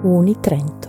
Unitrento.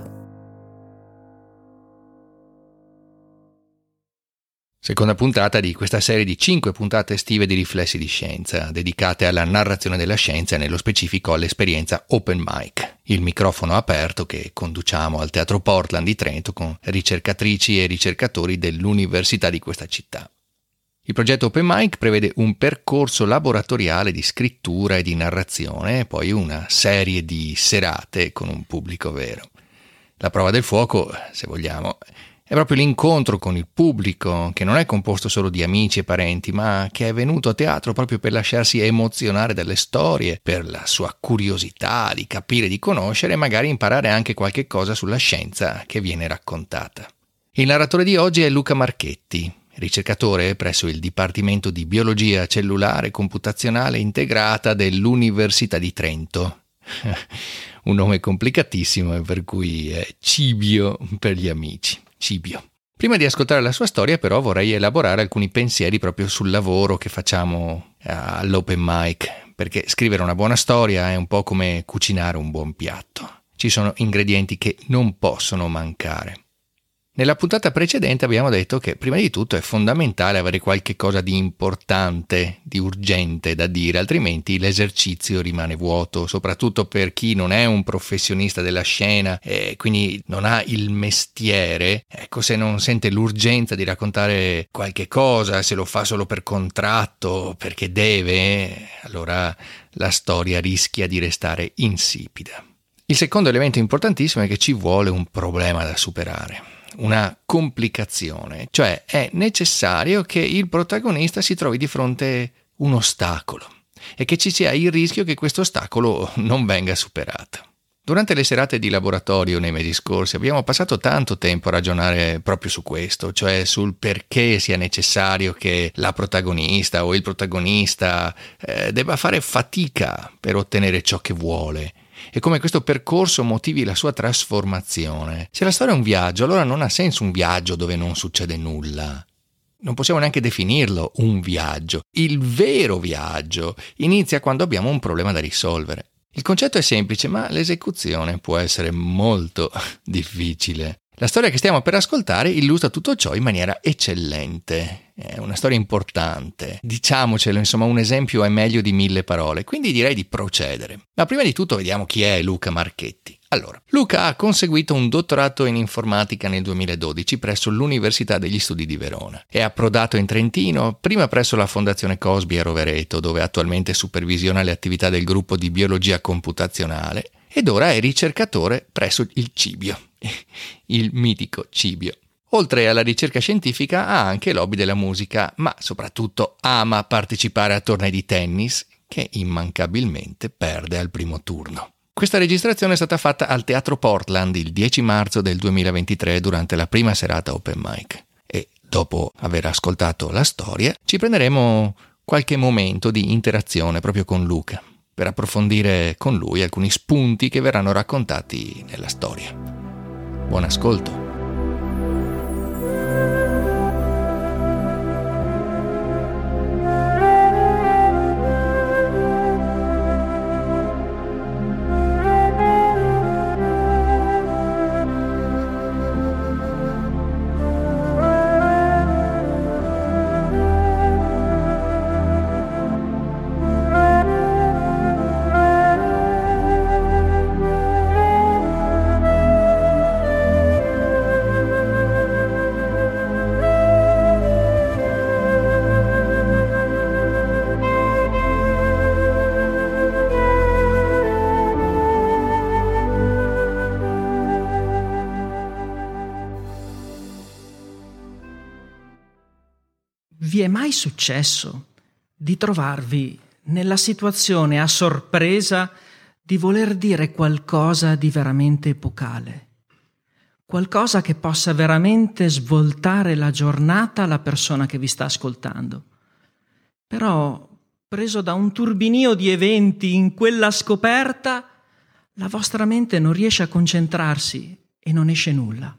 Seconda puntata di questa serie di 5 puntate estive di Riflessi di Scienza, dedicate alla narrazione della scienza e nello specifico all'esperienza Open Mic, il microfono aperto che conduciamo al Teatro Portland di Trento con ricercatrici e ricercatori dell'università di questa città. Il progetto Open Mic prevede un percorso laboratoriale di scrittura e di narrazione e poi una serie di serate con un pubblico vero. La prova del fuoco, se vogliamo, è proprio l'incontro con il pubblico, che non è composto solo di amici e parenti, ma che è venuto a teatro proprio per lasciarsi emozionare dalle storie, per la sua curiosità di capire, di conoscere e magari imparare anche qualche cosa sulla scienza che viene raccontata. Il narratore di oggi è Luca Marchetti, ricercatore presso il Dipartimento di Biologia Cellulare Computazionale Integrata dell'Università di Trento. Un nome complicatissimo e per cui è Cibio per gli amici. Cibio. Prima di ascoltare la sua storia però vorrei elaborare alcuni pensieri proprio sul lavoro che facciamo all'Open Mic, perché scrivere una buona storia è un po' come cucinare un buon piatto. Ci sono ingredienti che non possono mancare. Nella puntata precedente abbiamo detto che prima di tutto è fondamentale avere qualche cosa di importante, di urgente da dire, altrimenti l'esercizio rimane vuoto, soprattutto per chi non è un professionista della scena e quindi non ha il mestiere. Ecco, se non sente l'urgenza di raccontare qualche cosa, se lo fa solo per contratto, perché deve, allora la storia rischia di restare insipida. Il secondo elemento importantissimo è che ci vuole un problema da superare. Una complicazione, cioè è necessario che il protagonista si trovi di fronte un ostacolo e che ci sia il rischio che questo ostacolo non venga superato. Durante le serate di laboratorio nei mesi scorsi abbiamo passato tanto tempo a ragionare proprio su questo, cioè sul perché sia necessario che la protagonista o il protagonista debba fare fatica per ottenere ciò che vuole e come questo percorso motivi la sua trasformazione. Se la storia è un viaggio, allora non ha senso un viaggio dove non succede nulla. Non possiamo neanche definirlo un viaggio. Il vero viaggio inizia quando abbiamo un problema da risolvere. Il concetto è semplice, ma l'esecuzione può essere molto difficile. La storia che stiamo per ascoltare illustra tutto ciò in maniera eccellente. È una storia importante. Diciamocelo, insomma, un esempio è meglio di 1000 parole, quindi direi di procedere. Ma prima di tutto vediamo chi è Luca Marchetti. Allora, Luca ha conseguito un dottorato in informatica nel 2012 presso l'Università degli Studi di Verona. È approdato in Trentino, prima presso la Fondazione Cosby a Rovereto, dove attualmente supervisiona le attività del gruppo di biologia computazionale, ed ora è ricercatore presso il Cibio, il mitico Cibio. Oltre alla ricerca scientifica ha anche l'hobby della musica, ma soprattutto ama partecipare a tornei di tennis che immancabilmente perde al primo turno. Questa registrazione è stata fatta al Teatro Portland il 10 marzo del 2023 durante la prima serata Open Mic e dopo aver ascoltato la storia ci prenderemo qualche momento di interazione proprio con Luca per approfondire con lui alcuni spunti che verranno raccontati nella storia. Buon ascolto! Vi è mai successo di trovarvi nella situazione a sorpresa di voler dire qualcosa di veramente epocale? Qualcosa che possa veramente svoltare la giornata alla persona che vi sta ascoltando. Però, preso da un turbinio di eventi in quella scoperta, la vostra mente non riesce a concentrarsi e non esce nulla.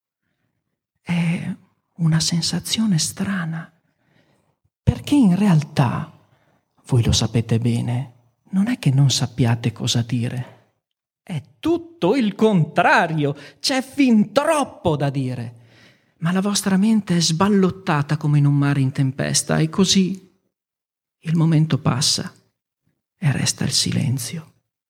È una sensazione strana. Perché in realtà, voi lo sapete bene, non è che non sappiate cosa dire. È tutto il contrario, c'è fin troppo da dire. Ma la vostra mente è sballottata come in un mare in tempesta e così il momento passa e resta il silenzio.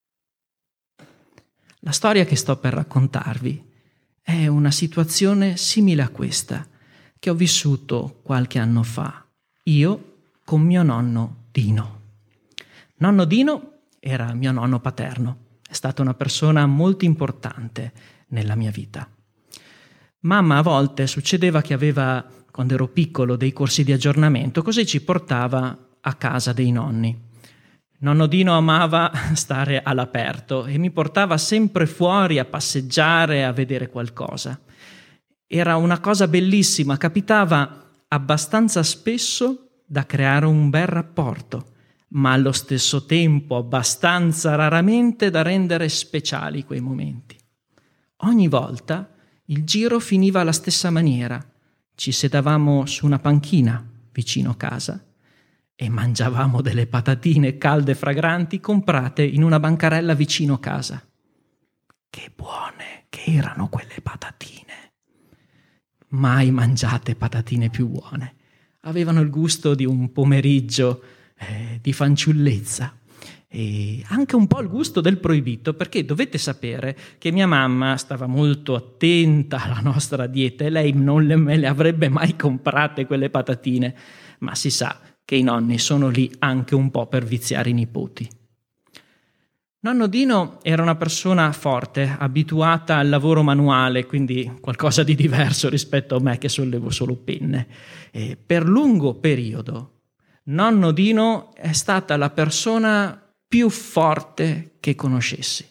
La storia che sto per raccontarvi è una situazione simile a questa che ho vissuto qualche anno fa, io con mio nonno Dino. Nonno Dino era mio nonno paterno, è stata una persona molto importante nella mia vita. Mamma a volte succedeva che aveva, quando ero piccolo, dei corsi di aggiornamento, così ci portava a casa dei nonni. Nonno Dino amava stare all'aperto e mi portava sempre fuori a passeggiare, a vedere qualcosa. Era una cosa bellissima, capitava abbastanza spesso da creare un bel rapporto, ma allo stesso tempo abbastanza raramente da rendere speciali quei momenti. Ogni volta il giro finiva alla stessa maniera. Ci sedavamo su una panchina vicino casa e mangiavamo delle patatine calde e fragranti comprate in una bancarella vicino casa. Che buone che erano quelle patatine! Mai mangiate patatine più buone. Avevano il gusto di un pomeriggio di fanciullezza e anche un po' il gusto del proibito, perché dovete sapere che mia mamma stava molto attenta alla nostra dieta e lei non me le avrebbe mai comprate quelle patatine, ma si sa che i nonni sono lì anche un po' per viziare i nipoti. Nonno Dino era una persona forte, abituata al lavoro manuale, quindi qualcosa di diverso rispetto a me che sollevo solo penne. E per lungo periodo Nonno Dino è stata la persona più forte che conoscessi.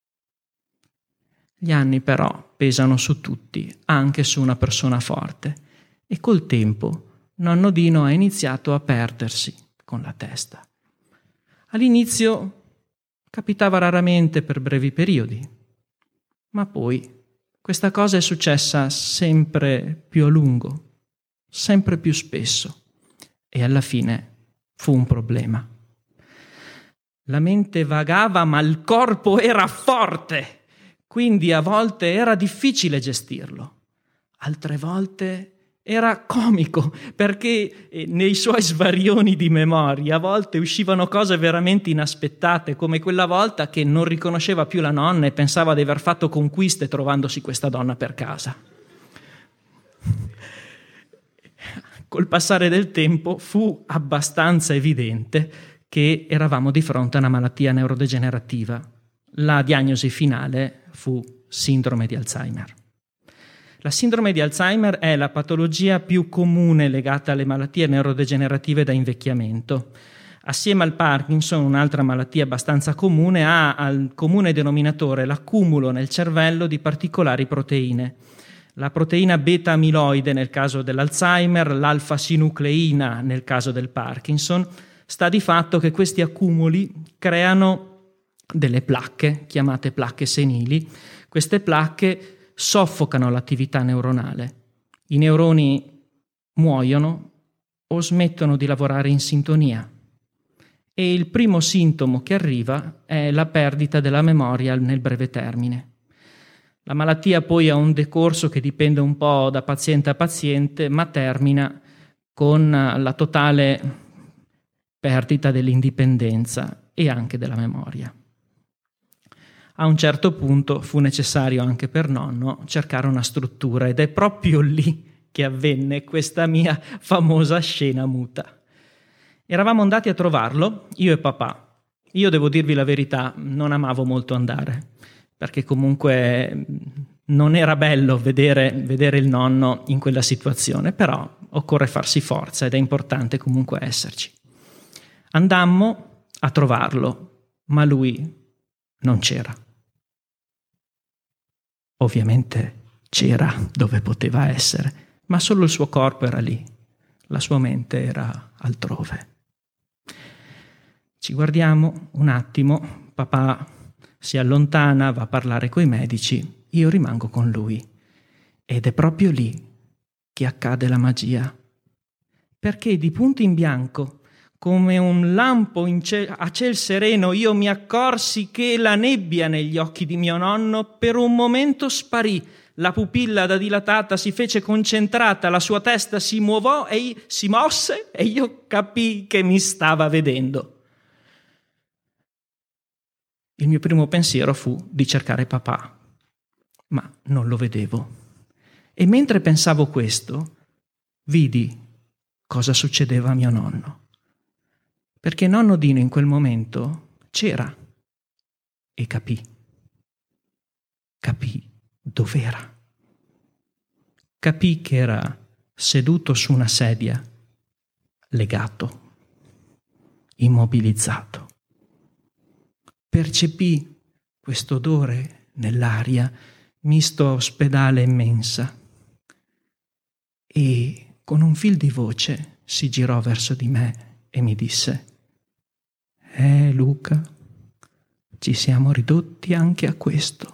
Gli anni però pesano su tutti, anche su una persona forte, e col tempo Nonno Dino ha iniziato a perdersi con la testa. All'inizio capitava raramente per brevi periodi, ma poi questa cosa è successa sempre più a lungo, sempre più spesso, e alla fine fu un problema. La mente vagava, ma il corpo era forte, quindi a volte era difficile gestirlo. Altre volte era comico, perché nei suoi svarioni di memoria a volte uscivano cose veramente inaspettate, come quella volta che non riconosceva più la nonna e pensava di aver fatto conquiste trovandosi questa donna per casa. Col passare del tempo fu abbastanza evidente che eravamo di fronte a una malattia neurodegenerativa. La diagnosi finale fu sindrome di Alzheimer. La sindrome di Alzheimer è la patologia più comune legata alle malattie neurodegenerative da invecchiamento. Assieme al Parkinson, un'altra malattia abbastanza comune, ha al comune denominatore l'accumulo nel cervello di particolari proteine. La proteina beta-amiloide nel caso dell'Alzheimer, l'alfa-sinucleina nel caso del Parkinson. Sta di fatto che questi accumuli creano delle placche, chiamate placche senili. Queste placche soffocano l'attività neuronale. I neuroni muoiono o smettono di lavorare in sintonia. E il primo sintomo che arriva è la perdita della memoria nel breve termine. La malattia poi ha un decorso che dipende un po' da paziente a paziente, ma termina con la totale perdita dell'indipendenza e anche della memoria. A un certo punto fu necessario anche per nonno cercare una struttura ed è proprio lì che avvenne questa mia famosa scena muta. Eravamo andati a trovarlo, io e papà. Io devo dirvi la verità, non amavo molto andare, perché comunque non era bello vedere il nonno in quella situazione, però occorre farsi forza ed è importante comunque esserci. Andammo a trovarlo, ma lui non c'era. Ovviamente c'era dove poteva essere, ma solo il suo corpo era lì, la sua mente era altrove. Ci guardiamo un attimo, papà si allontana, va a parlare coi medici, io rimango con lui. Ed è proprio lì che accade la magia. Perché di punto in bianco, come un lampo a ciel sereno, io mi accorsi che la nebbia negli occhi di mio nonno per un momento sparì. La pupilla da dilatata si fece concentrata, la sua testa si mosse e io capii che mi stava vedendo. Il mio primo pensiero fu di cercare papà, ma non lo vedevo. E mentre pensavo questo, vidi cosa succedeva a mio nonno. Perché nonno Dino in quel momento c'era e capì dov'era. Capì che era seduto su una sedia, legato, immobilizzato. Percepì questo odore nell'aria misto a ospedale e mensa e con un fil di voce si girò verso di me e mi disse: Luca, ci siamo ridotti anche a questo.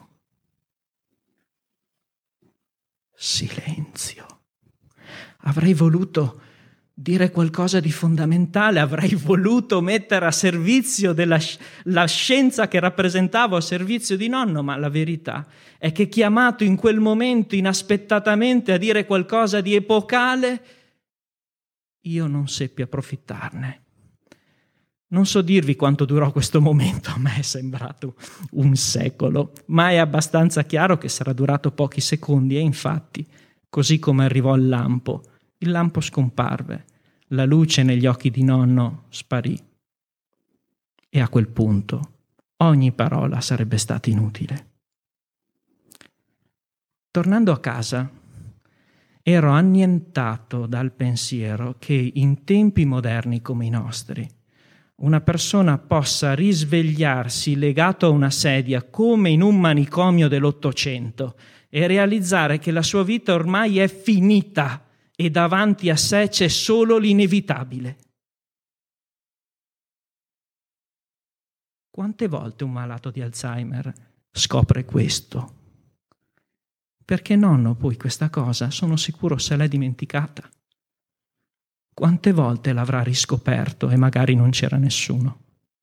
Silenzio. Avrei voluto dire qualcosa di fondamentale, avrei voluto mettere a servizio la scienza che rappresentavo a servizio di nonno, ma la verità è che chiamato in quel momento inaspettatamente a dire qualcosa di epocale, io non seppi approfittarne. Non so dirvi quanto durò questo momento, a me è sembrato un secolo, ma è abbastanza chiaro che sarà durato pochi secondi e infatti, così come arrivò il lampo scomparve, la luce negli occhi di nonno sparì e a quel punto ogni parola sarebbe stata inutile. Tornando a casa, ero annientato dal pensiero che in tempi moderni come i nostri una persona possa risvegliarsi legato a una sedia come in un manicomio dell'Ottocento e realizzare che la sua vita ormai è finita e davanti a sé c'è solo l'inevitabile. Quante volte un malato di Alzheimer scopre questo? Perché nonno poi questa cosa, sono sicuro, se l'è dimenticata. Quante volte l'avrà riscoperto e magari non c'era nessuno?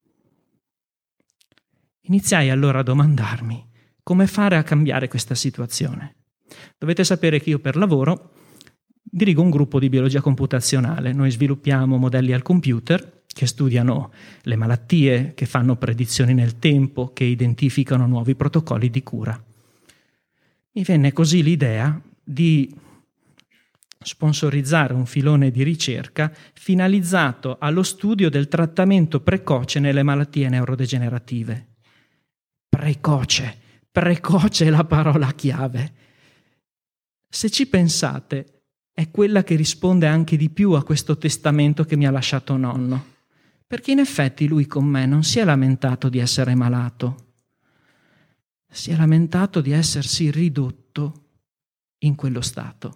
Iniziai allora a domandarmi come fare a cambiare questa situazione. Dovete sapere che io per lavoro dirigo un gruppo di biologia computazionale. Noi sviluppiamo modelli al computer che studiano le malattie, che fanno predizioni nel tempo, che identificano nuovi protocolli di cura. Mi venne così l'idea di sponsorizzare un filone di ricerca finalizzato allo studio del trattamento precoce nelle malattie neurodegenerative. Precoce è la parola chiave. Se ci pensate, è quella che risponde anche di più a questo testamento che mi ha lasciato nonno, perché in effetti lui con me non si è lamentato di essere malato, si è lamentato di essersi ridotto in quello stato.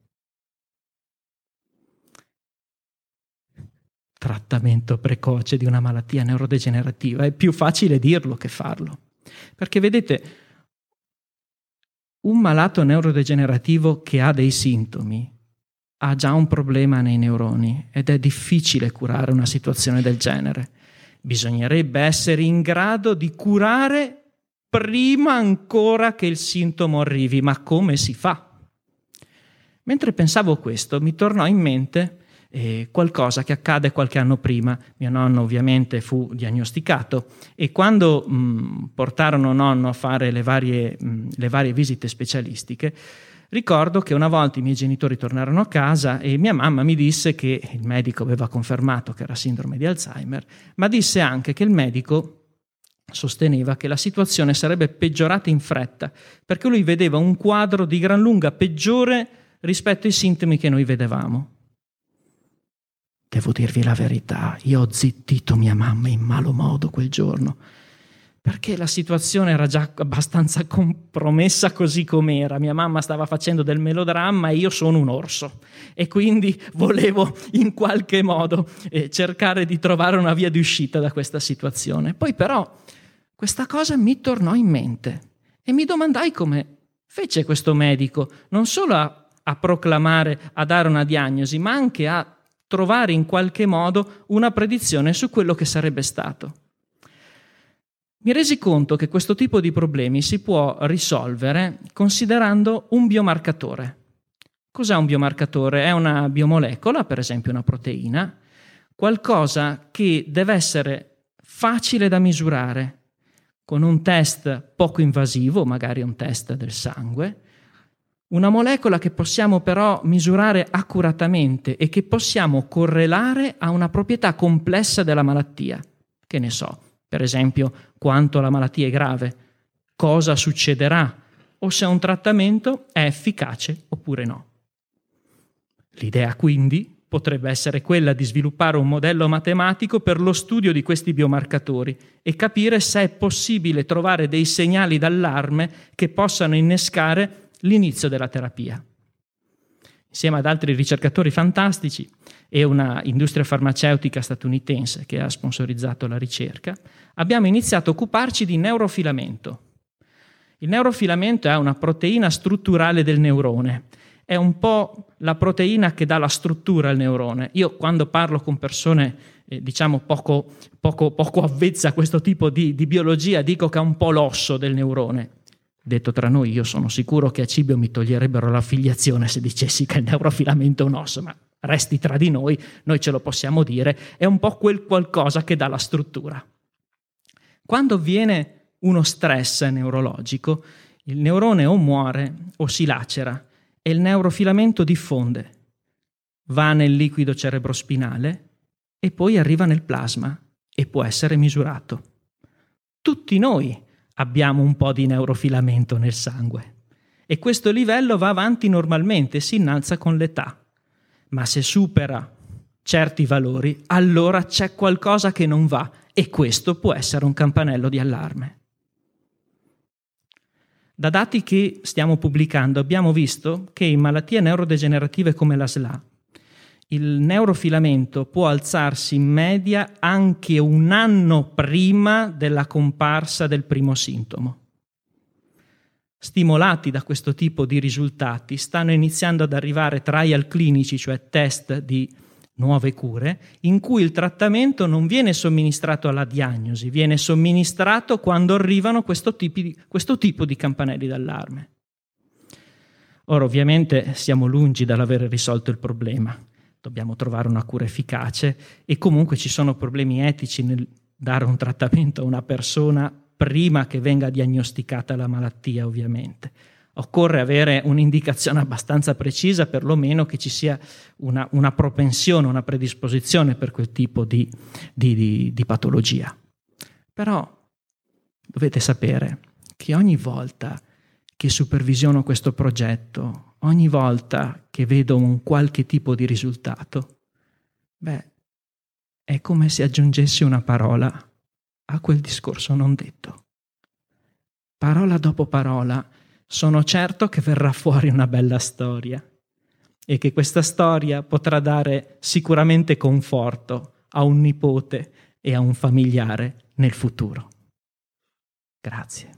Trattamento precoce di una malattia neurodegenerativa. È più facile dirlo che farlo. Perché vedete, un malato neurodegenerativo che ha dei sintomi ha già un problema nei neuroni ed è difficile curare una situazione del genere. Bisognerebbe essere in grado di curare prima ancora che il sintomo arrivi. Ma come si fa? Mentre pensavo questo, mi tornò in mente qualcosa che accade qualche anno prima. Mio nonno ovviamente fu diagnosticato e quando portarono nonno a fare le varie visite specialistiche, ricordo che una volta i miei genitori tornarono a casa e mia mamma mi disse che il medico aveva confermato che era sindrome di Alzheimer, ma disse anche che il medico sosteneva che la situazione sarebbe peggiorata in fretta perché lui vedeva un quadro di gran lunga peggiore rispetto ai sintomi che noi vedevamo. Devo dirvi la verità, io ho zittito mia mamma in malo modo quel giorno, perché la situazione era già abbastanza compromessa così com'era. Mia mamma stava facendo del melodramma e io sono un orso e quindi volevo in qualche modo cercare di trovare una via di uscita da questa situazione. Poi però questa cosa mi tornò in mente e mi domandai come fece questo medico non solo a proclamare, a dare una diagnosi, ma anche a trovare in qualche modo una predizione su quello che sarebbe stato. Mi resi conto che questo tipo di problemi si può risolvere considerando un biomarcatore. Cos'è un biomarcatore? È una biomolecola, per esempio una proteina, qualcosa che deve essere facile da misurare, con un test poco invasivo, magari un test del sangue, una molecola che possiamo però misurare accuratamente e che possiamo correlare a una proprietà complessa della malattia. Che ne so, per esempio, quanto la malattia è grave, cosa succederà o se un trattamento è efficace oppure no. L'idea quindi potrebbe essere quella di sviluppare un modello matematico per lo studio di questi biomarcatori e capire se è possibile trovare dei segnali d'allarme che possano innescare l'inizio della terapia. Insieme ad altri ricercatori fantastici e una industria farmaceutica statunitense che ha sponsorizzato la ricerca, abbiamo iniziato a occuparci di neurofilamento. Il neurofilamento è una proteina strutturale del neurone. È un po' la proteina che dà la struttura al neurone. Io quando parlo con persone poco avvezze a questo tipo di biologia dico che è un po' l'osso del neurone. Detto tra noi, io sono sicuro che a Cibio mi toglierebbero l'affiliazione se dicessi che il neurofilamento è un osso, ma resti tra di noi ce lo possiamo dire, è un po' quel qualcosa che dà la struttura. Quando avviene uno stress neurologico, il neurone o muore o si lacera e il neurofilamento diffonde, va nel liquido cerebrospinale e poi arriva nel plasma e può essere misurato. Tutti noi abbiamo un po' di neurofilamento nel sangue e questo livello va avanti normalmente, si innalza con l'età, ma se supera certi valori allora c'è qualcosa che non va e questo può essere un campanello di allarme. Da dati che stiamo pubblicando abbiamo visto che in malattie neurodegenerative come la SLA il neurofilamento può alzarsi in media anche un anno prima della comparsa del primo sintomo. Stimolati da questo tipo di risultati, stanno iniziando ad arrivare trial clinici, cioè test di nuove cure, in cui il trattamento non viene somministrato alla diagnosi, viene somministrato quando arrivano questo tipo di campanelli d'allarme. Ora, ovviamente, siamo lungi dall'aver risolto il problema. Dobbiamo trovare una cura efficace e comunque ci sono problemi etici nel dare un trattamento a una persona prima che venga diagnosticata la malattia, ovviamente. Occorre avere un'indicazione abbastanza precisa, perlomeno che ci sia una propensione, una predisposizione per quel tipo di patologia. Però dovete sapere che ogni volta che supervisiono questo progetto, ogni volta che vedo un qualche tipo di risultato, è come se aggiungessi una parola a quel discorso non detto. Parola dopo parola, sono certo che verrà fuori una bella storia e che questa storia potrà dare sicuramente conforto a un nipote e a un familiare nel futuro. Grazie.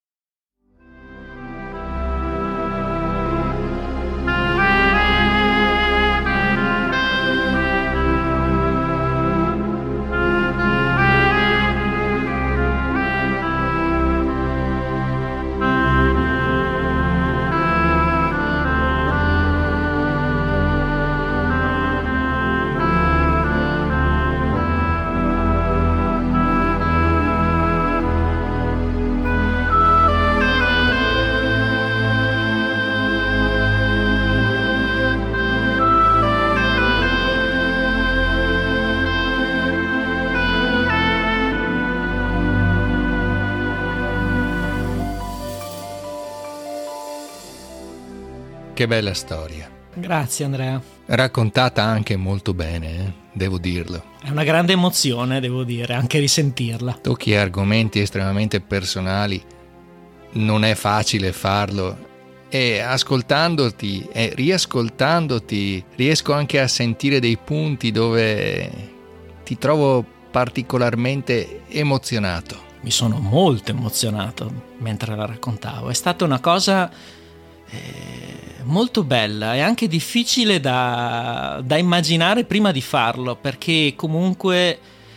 Che bella storia. Grazie Andrea. Raccontata anche molto bene, devo dirlo. È una grande emozione, devo dire, anche risentirla. Tocchi argomenti estremamente personali, non è facile farlo e ascoltandoti e riascoltandoti riesco anche a sentire dei punti dove ti trovo particolarmente emozionato. Mi sono molto emozionato mentre la raccontavo, è stata una cosa molto bella e anche difficile da immaginare prima di farlo, perché comunque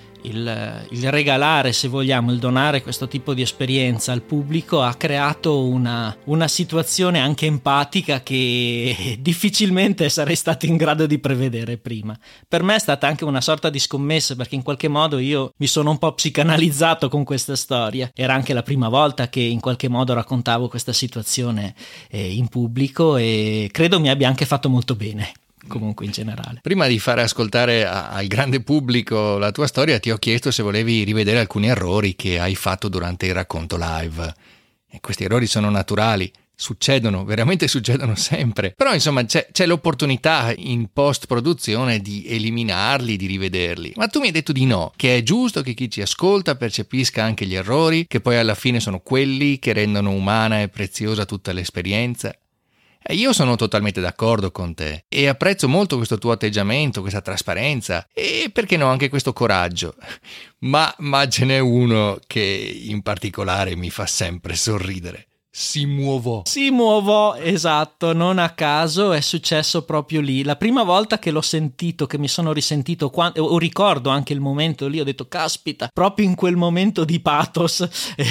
il regalare, se vogliamo, il donare questo tipo di esperienza al pubblico ha creato una situazione anche empatica che difficilmente sarei stato in grado di prevedere prima. Per me è stata anche una sorta di scommessa, perché in qualche modo io mi sono un po' psicanalizzato con questa storia. Era anche la prima volta che in qualche modo raccontavo questa situazione in pubblico, e credo mi abbia anche fatto molto bene. Comunque in generale. Prima di fare ascoltare al grande pubblico la tua storia, ti ho chiesto se volevi rivedere alcuni errori che hai fatto durante il racconto live. E questi errori sono naturali, succedono, veramente succedono sempre. Però insomma c'è l'opportunità in post-produzione di eliminarli, di rivederli. Ma tu mi hai detto di no, che è giusto che chi ci ascolta percepisca anche gli errori, che poi alla fine sono quelli che rendono umana e preziosa tutta l'esperienza. E io sono totalmente d'accordo con te e apprezzo molto questo tuo atteggiamento, questa trasparenza e perché no anche questo coraggio. Ma ce n'è uno che in particolare mi fa sempre sorridere. Si muovò, esatto, non a caso è successo proprio lì. La prima volta che l'ho sentito, che mi sono risentito, ricordo anche il momento lì, ho detto caspita, proprio in quel momento di pathos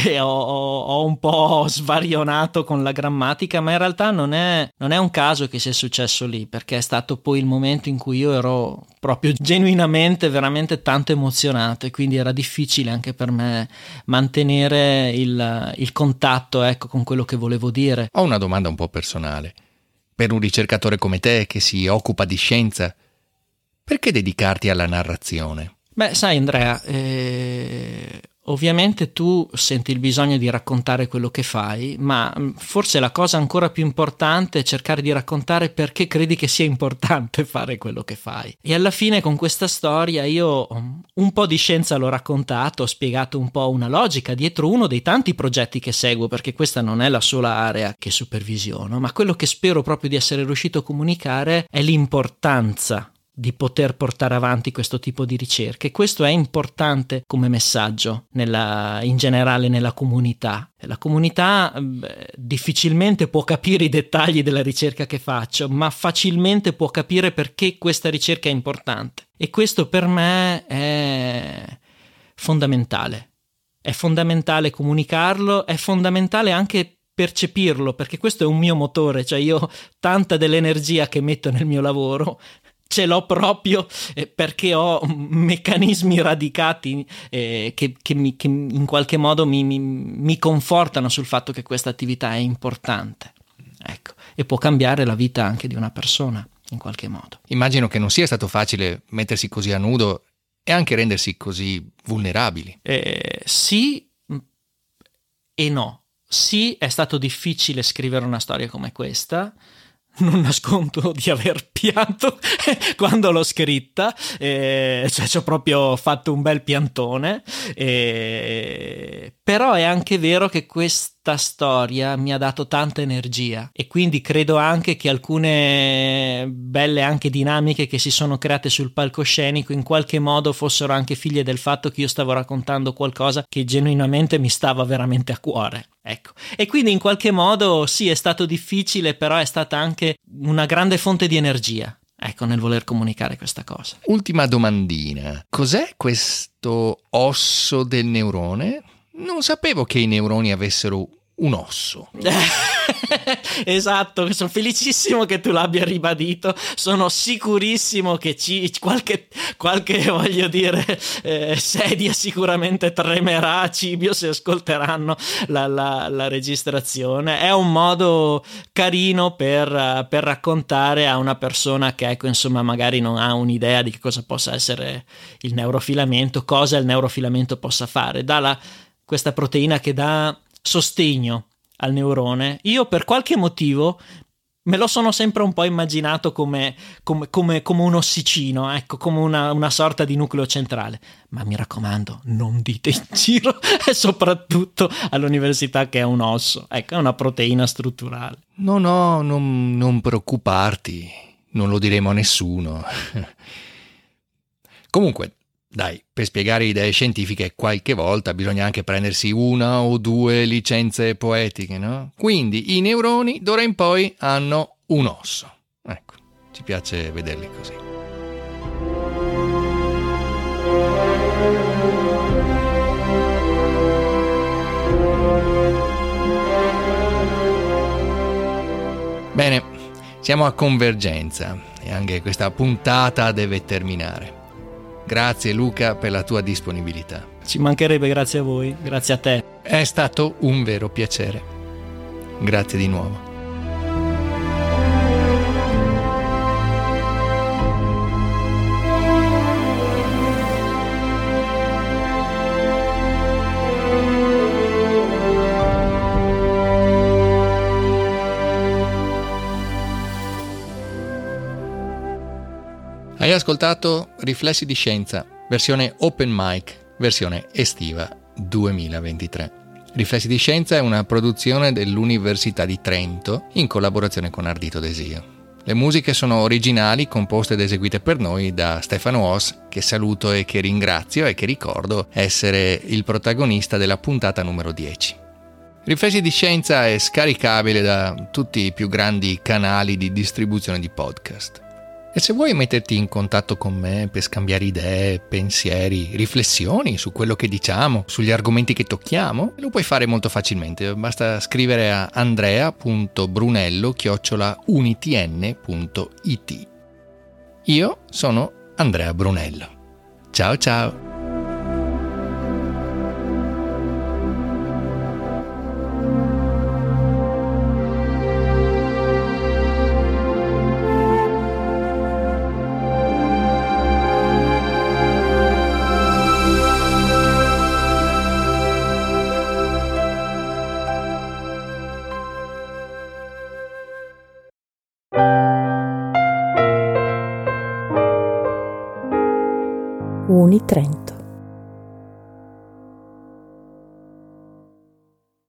ho un po' svarionato con la grammatica, ma in realtà non è un caso che sia successo lì, perché è stato poi il momento in cui io ero proprio genuinamente, veramente tanto emozionato, e quindi era difficile anche per me mantenere il contatto, ecco, con quello che volevo dire. Ho una domanda un po' personale. Per un ricercatore come te che si occupa di scienza, perché dedicarti alla narrazione? Beh, sai Andrea, ovviamente tu senti il bisogno di raccontare quello che fai, ma forse la cosa ancora più importante è cercare di raccontare perché credi che sia importante fare quello che fai. E alla fine con questa storia io un po' di scienza l'ho raccontato, ho spiegato un po' una logica dietro uno dei tanti progetti che seguo, perché questa non è la sola area che supervisiono, ma quello che spero proprio di essere riuscito a comunicare è l'importanza di poter portare avanti questo tipo di ricerche. Questo è importante come messaggio in generale nella comunità. La comunità difficilmente può capire i dettagli della ricerca che faccio, ma facilmente può capire perché questa ricerca è importante. E questo per me è fondamentale. È fondamentale comunicarlo, è fondamentale anche percepirlo, perché questo è un mio motore, cioè io tanta dell'energia che metto nel mio lavoro ce l'ho proprio perché ho meccanismi radicati che in qualche modo mi confortano sul fatto che questa attività è importante, ecco, e può cambiare la vita anche di una persona in qualche modo. Immagino che non sia stato facile mettersi così a nudo e anche rendersi così vulnerabili. Sì e no. Sì, è stato difficile scrivere una storia come questa. Non nascondo di aver pianto quando l'ho scritta, cioè ci ho proprio fatto un bel piantone, però è anche vero che questa storia mi ha dato tanta energia, e quindi credo anche che alcune belle anche dinamiche che si sono create sul palcoscenico in qualche modo fossero anche figlie del fatto che io stavo raccontando qualcosa che genuinamente mi stava veramente a cuore. Ecco, e quindi in qualche modo sì, è stato difficile, però è stata anche una grande fonte di energia, ecco, nel voler comunicare questa cosa. Ultima domandina: cos'è questo osso del neurone? Non sapevo che i neuroni avessero un osso. Esatto, sono felicissimo che tu l'abbia ribadito, sono sicurissimo che qualche voglio dire sedia sicuramente tremerà a cibio se ascolteranno la registrazione. È un modo carino per raccontare a una persona che, ecco, insomma, magari non ha un'idea di che cosa possa essere il neurofilamento, cosa il neurofilamento possa fare. Questa proteina che dà sostegno al neurone. Io per qualche motivo me lo sono sempre un po' immaginato come un ossicino, ecco, come una sorta di nucleo centrale. Ma mi raccomando, non dite in giro, e soprattutto all'università, che è un osso, ecco, è una proteina strutturale. No, non preoccuparti, non lo diremo a nessuno. Comunque, Dai, per spiegare idee scientifiche qualche volta bisogna anche prendersi una o due licenze poetiche, no? Quindi i neuroni d'ora in poi hanno un osso. Ecco, ci piace vederli così. Bene, siamo a convergenza e anche questa puntata deve terminare. Grazie Luca per la tua disponibilità. Ci mancherebbe, grazie a voi, grazie a te. È stato un vero piacere. Grazie di nuovo. Hai ascoltato Riflessi di Scienza, versione Open Mic, versione estiva 2023. Riflessi di Scienza è una produzione dell'Università di Trento in collaborazione con Ardito Desio. Le musiche sono originali, composte ed eseguite per noi da Stefano Oss, che saluto e che ringrazio e che ricordo essere il protagonista della puntata numero 10. Riflessi di Scienza è scaricabile da tutti i più grandi canali di distribuzione di podcast. E se vuoi metterti in contatto con me per scambiare idee, pensieri, riflessioni su quello che diciamo, sugli argomenti che tocchiamo, lo puoi fare molto facilmente. Basta scrivere a andrea.brunello@unitn.it. Io sono Andrea Brunello. Ciao ciao! Unitrento.